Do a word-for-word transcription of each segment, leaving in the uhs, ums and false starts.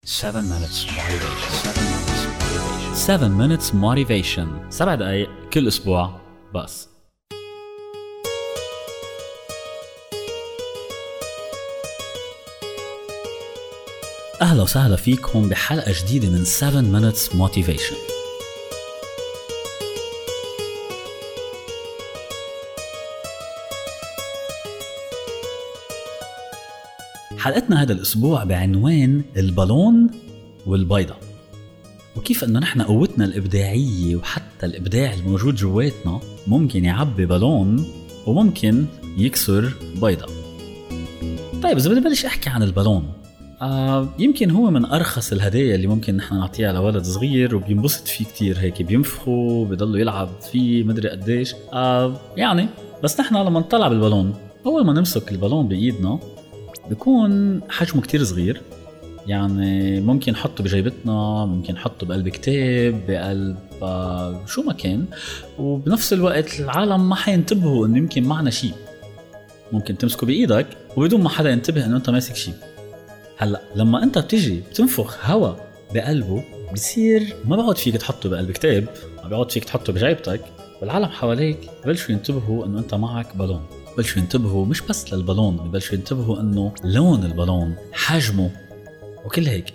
seven minutes motivation. seven minutes motivation. سبع دقايق كل أسبوع بس. أهلا وسهلا فيكم بحلقة جديدة من seven minutes motivation. حلقتنا هذا الأسبوع بعنوان البالون والبيضة، وكيف أنه نحن قوتنا الإبداعية وحتى الإبداع الموجود جواتنا ممكن يعبي بالون وممكن يكسر بيضة. طيب إذا بدي بلش أحكي عن البالون، آه يمكن هو من أرخص الهدايا اللي ممكن نحن نعطيها لولد صغير وبينبسط فيه كتير، هيك بينفخه بيضلوا يلعب فيه مدري قديش. آه يعني بس نحن لما نطلع بالبالون، أول ما نمسك البالون بإيدنا بيكون حجمه كتير صغير، يعني ممكن نحطه بجيبتنا، ممكن نحطه بقلب كتاب، بقلب شو ما كان، وبنفس الوقت العالم ما حينتبهوا انه يمكن معنا شيء. ممكن تمسكه بإيدك وبدون ما حدا ينتبه انه انت ماسك شيء. هلأ لما انت بتيجي بتنفخ هوا بقلبه، بصير ما بعد فيك تحطه بقلب كتاب، ما بعد فيك تحطه بجيبتك، والعالم حواليك بلشوا ينتبهوا انه انت معك بالون. بلشوا ينتبهوا مش بس للبالون، بلشوا ينتبهوا انه لون البالون، حجمه، وكل هيك.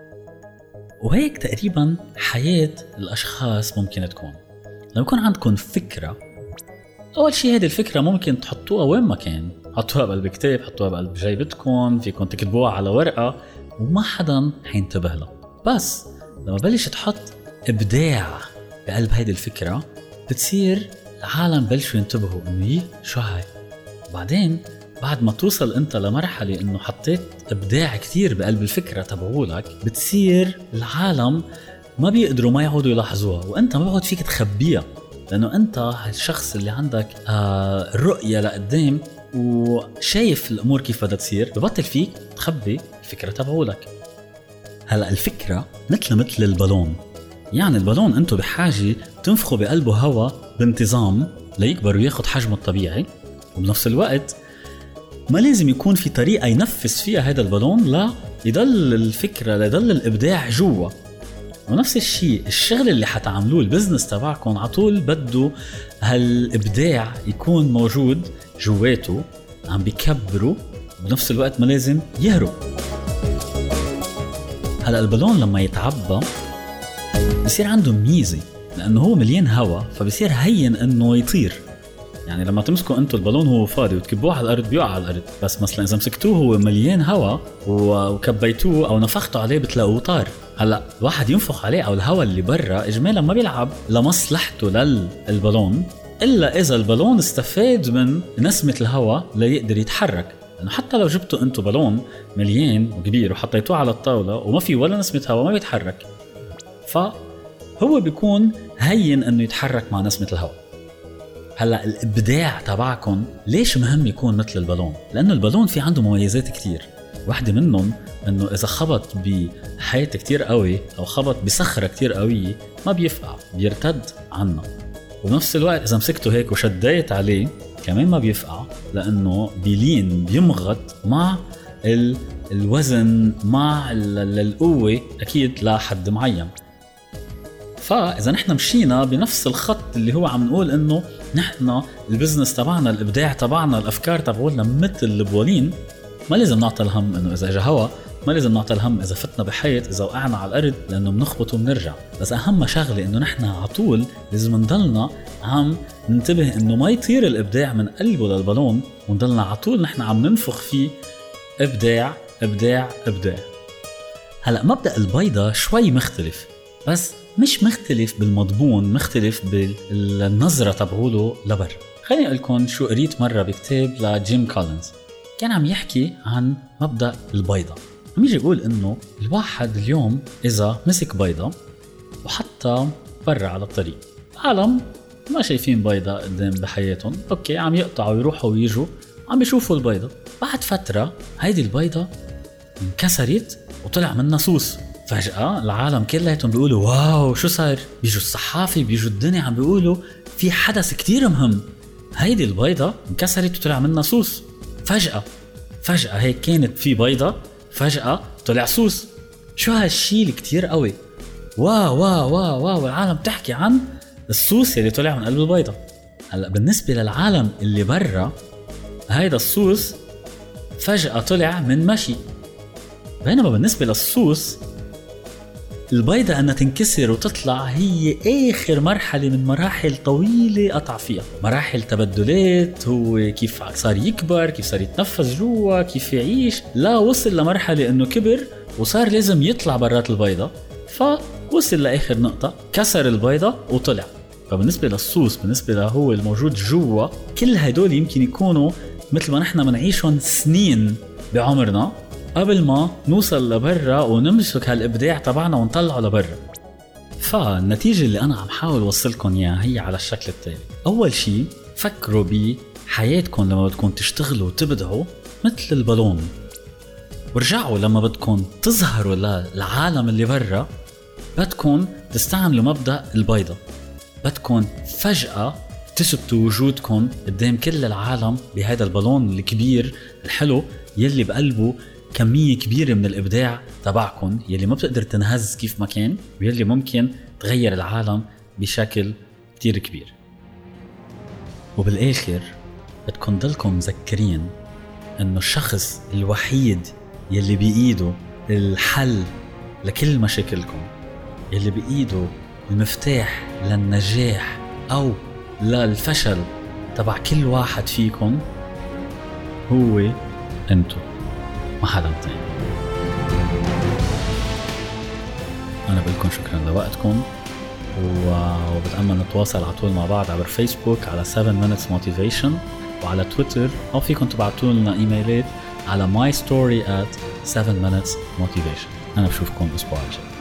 وهيك تقريبا حياة الاشخاص ممكن تكون. لما يكون عندكم فكرة، اول شيء هذه الفكرة ممكن تحطوها وين ما كان، حطوها بقلب كتاب، حطوها بقلب جيبتكم، فيكم تكتبوها على ورقة وما حدا حينتبه لها. بس لما بلش تحط ابداع بقلب هذه الفكرة، بتصير العالم بلشوا ينتبهوا انه ايه شو هاي. بعدين بعد ما توصل انت لمرحلة انه حطيت ابداع كتير بقلب الفكرة تبعولك، بتصير العالم ما بيقدروا ما يعودوا يلاحظوها، وانت ما بعد فيك تخبيها، لانه انت الشخص اللي عندك آه الرؤية لقدام وشايف الامور كيف بدها تصير، ببطل فيك تخبي الفكرة تبعولك. هلأ الفكرة مثل مثل البالون، يعني البالون انتو بحاجة تنفخوا بقلبه هوا بانتظام ليكبر وياخد حجمه الطبيعي، وبنفس الوقت ما لازم يكون في طريقة ينفس فيها هذا البالون لا يضل الفكرة، لا يضل الإبداع جوا. ونفس الشيء الشغل اللي حتعملوه، البزنس تبعكم عطول بده هالإبداع يكون موجود جواته، عم بيكبروا، بنفس الوقت ما لازم يهرب. هلأ البالون لما يتعبى بصير عنده ميزة، لأنه هو مليان هوا، فبصير هين أنه يطير. يعني لما تمسكوا انتو البالون هو فاضي وتكبوه على الارض بيقع على الارض، بس مثلا اذا مسكتوه هو مليان هوا وكبيتوه او نفختوا عليه بتلاقوه طار. هلا الواحد ينفخ عليه او الهوا اللي برا اجمالا ما بيلعب لمصلحته للبالون، الا اذا البالون استفاد من نسمة الهوا ليقدر يتحرك. لانه حتى لو جبتوا انتو بالون مليان وكبير وحطيتوه على الطاولة وما في ولا نسمة هوا، ما بيتحرك، فهو بيكون هين انه يتحرك مع نسمة الهوا. هلأ الإبداع تبعكم ليش مهم يكون مثل البالون؟ لأنه البالون في عنده مميزات كتير، واحدة منهم أنه إذا خبط بحيط كتير قوي أو خبط بصخرة كتير قوية ما بيفقع، بيرتد عنا. وبنفس الوقت إذا مسكته هيك وشديت عليه كمان ما بيفقع، لأنه بيلين بيمغط مع ال... الوزن مع ال... القوة أكيد لحد معين. فإذا نحن مشينا بنفس الخط اللي هو عم نقول إنه نحن البزنس تبعنا، الإبداع تبعنا، الأفكار تبعولنا مثل البوالين، ما لازم نعطي الهم إنه إذا إجا هوا، ما لازم نعطي الهم إذا فتنا بحيط، إذا وقعنا على الأرض، لأنه بنخبط وبنرجع. بس أهم شغلة إنه نحن عطول لازم نضلنا عم ننتبه إنه ما يطير الإبداع من قلبه للبالون، ونضلنا عطول نحن عم ننفخ فيه إبداع إبداع إبداع. هلأ مبدأ البيضة شوي مختلف، بس مش مختلف بالمضمون، مختلف بالنظرة تبعوله لبر. خليني أقول لكم شو قريت مرة بكتاب لجيم كولينز، كان عم يحكي عن مبدأ البيضة. عم يجي يقول إنه الواحد اليوم إذا مسك بيضة وحتى برا على الطريق، العالم ما شايفين بيضة قدام بحياتهم، أوكي عم يقطعوا ويروحوا ويجوا عم بيشوفوا البيضة. بعد فترة هيدي البيضة انكسرت وطلع منها صوص. فجأة العالم كلهم بيقولوا واو شو صار، بيجوا الصحافي، بيجوا الدنيا عم بيقولوا في حدث كتير مهم، هيدي البيضة انكسرت وطلع منها صوص. فجأة فجأة هيك كانت في بيضة، فجأة طلع صوص. شو هالشي اللي كتير قوي. واو واو واو واو العالم تحكي عن الصوص اللي طلع من قلب البيضة. هلا بالنسبة للعالم اللي برا هيدا الصوص فجأة طلع من مشي، بينما بالنسبة للصوص البيضة أنها تنكسر وتطلع هي آخر مرحلة من مراحل طويلة قطع فيها، مراحل تبدلات. هو كيف صار يكبر، كيف صار يتنفس جوا، كيف يعيش، لا وصل لمرحلة أنه كبر وصار لازم يطلع برات البيضة، فوصل لآخر نقطة كسر البيضة وطلع. فبالنسبة للصوص بالنسبة له هو الموجود جوا، كل هدول يمكن يكونوا مثل ما نحن منعيشهم سنين بعمرنا قبل ما نوصل لبرا ونمسك هالإبداع تبعنا ونطلعه لبرا. فالنتيجة اللي أنا عم حاول وصلكم إياها هي على الشكل التالي. أول شي فكروا بحياتكم لما بدكم تشتغلوا وتبدعوا مثل البالون، ورجعوا لما بدكم تظهروا للعالم اللي برا بدكم تستعملوا مبدأ البيضة. بدكم فجأة تثبتوا وجودكم قدام كل العالم بهذا البالون الكبير الحلو يلي بقلبه كمية كبيرة من الإبداع تبعكم، يلي ما بتقدر تنهز كيف ما كان، ويلي ممكن تغير العالم بشكل كتير كبير. وبالآخر بدكم ضلكم مذكرين أنه الشخص الوحيد يلي بإيده الحل لكل مشاكلكم، يلي بإيده المفتاح للنجاح أو للفشل تبع كل واحد فيكم هو أنتو، ما حدا تاني. أنا بقولكم شكرا لوقتكم، وبتأمل نتواصل على طول مع بعض عبر فيسبوك على seven minutes motivation، وعلى تويتر، أو فيكم تبعتوا لنا إيميلات على my story at seven minutes motivation. أنا بشوفكم الأسبوع الجاي.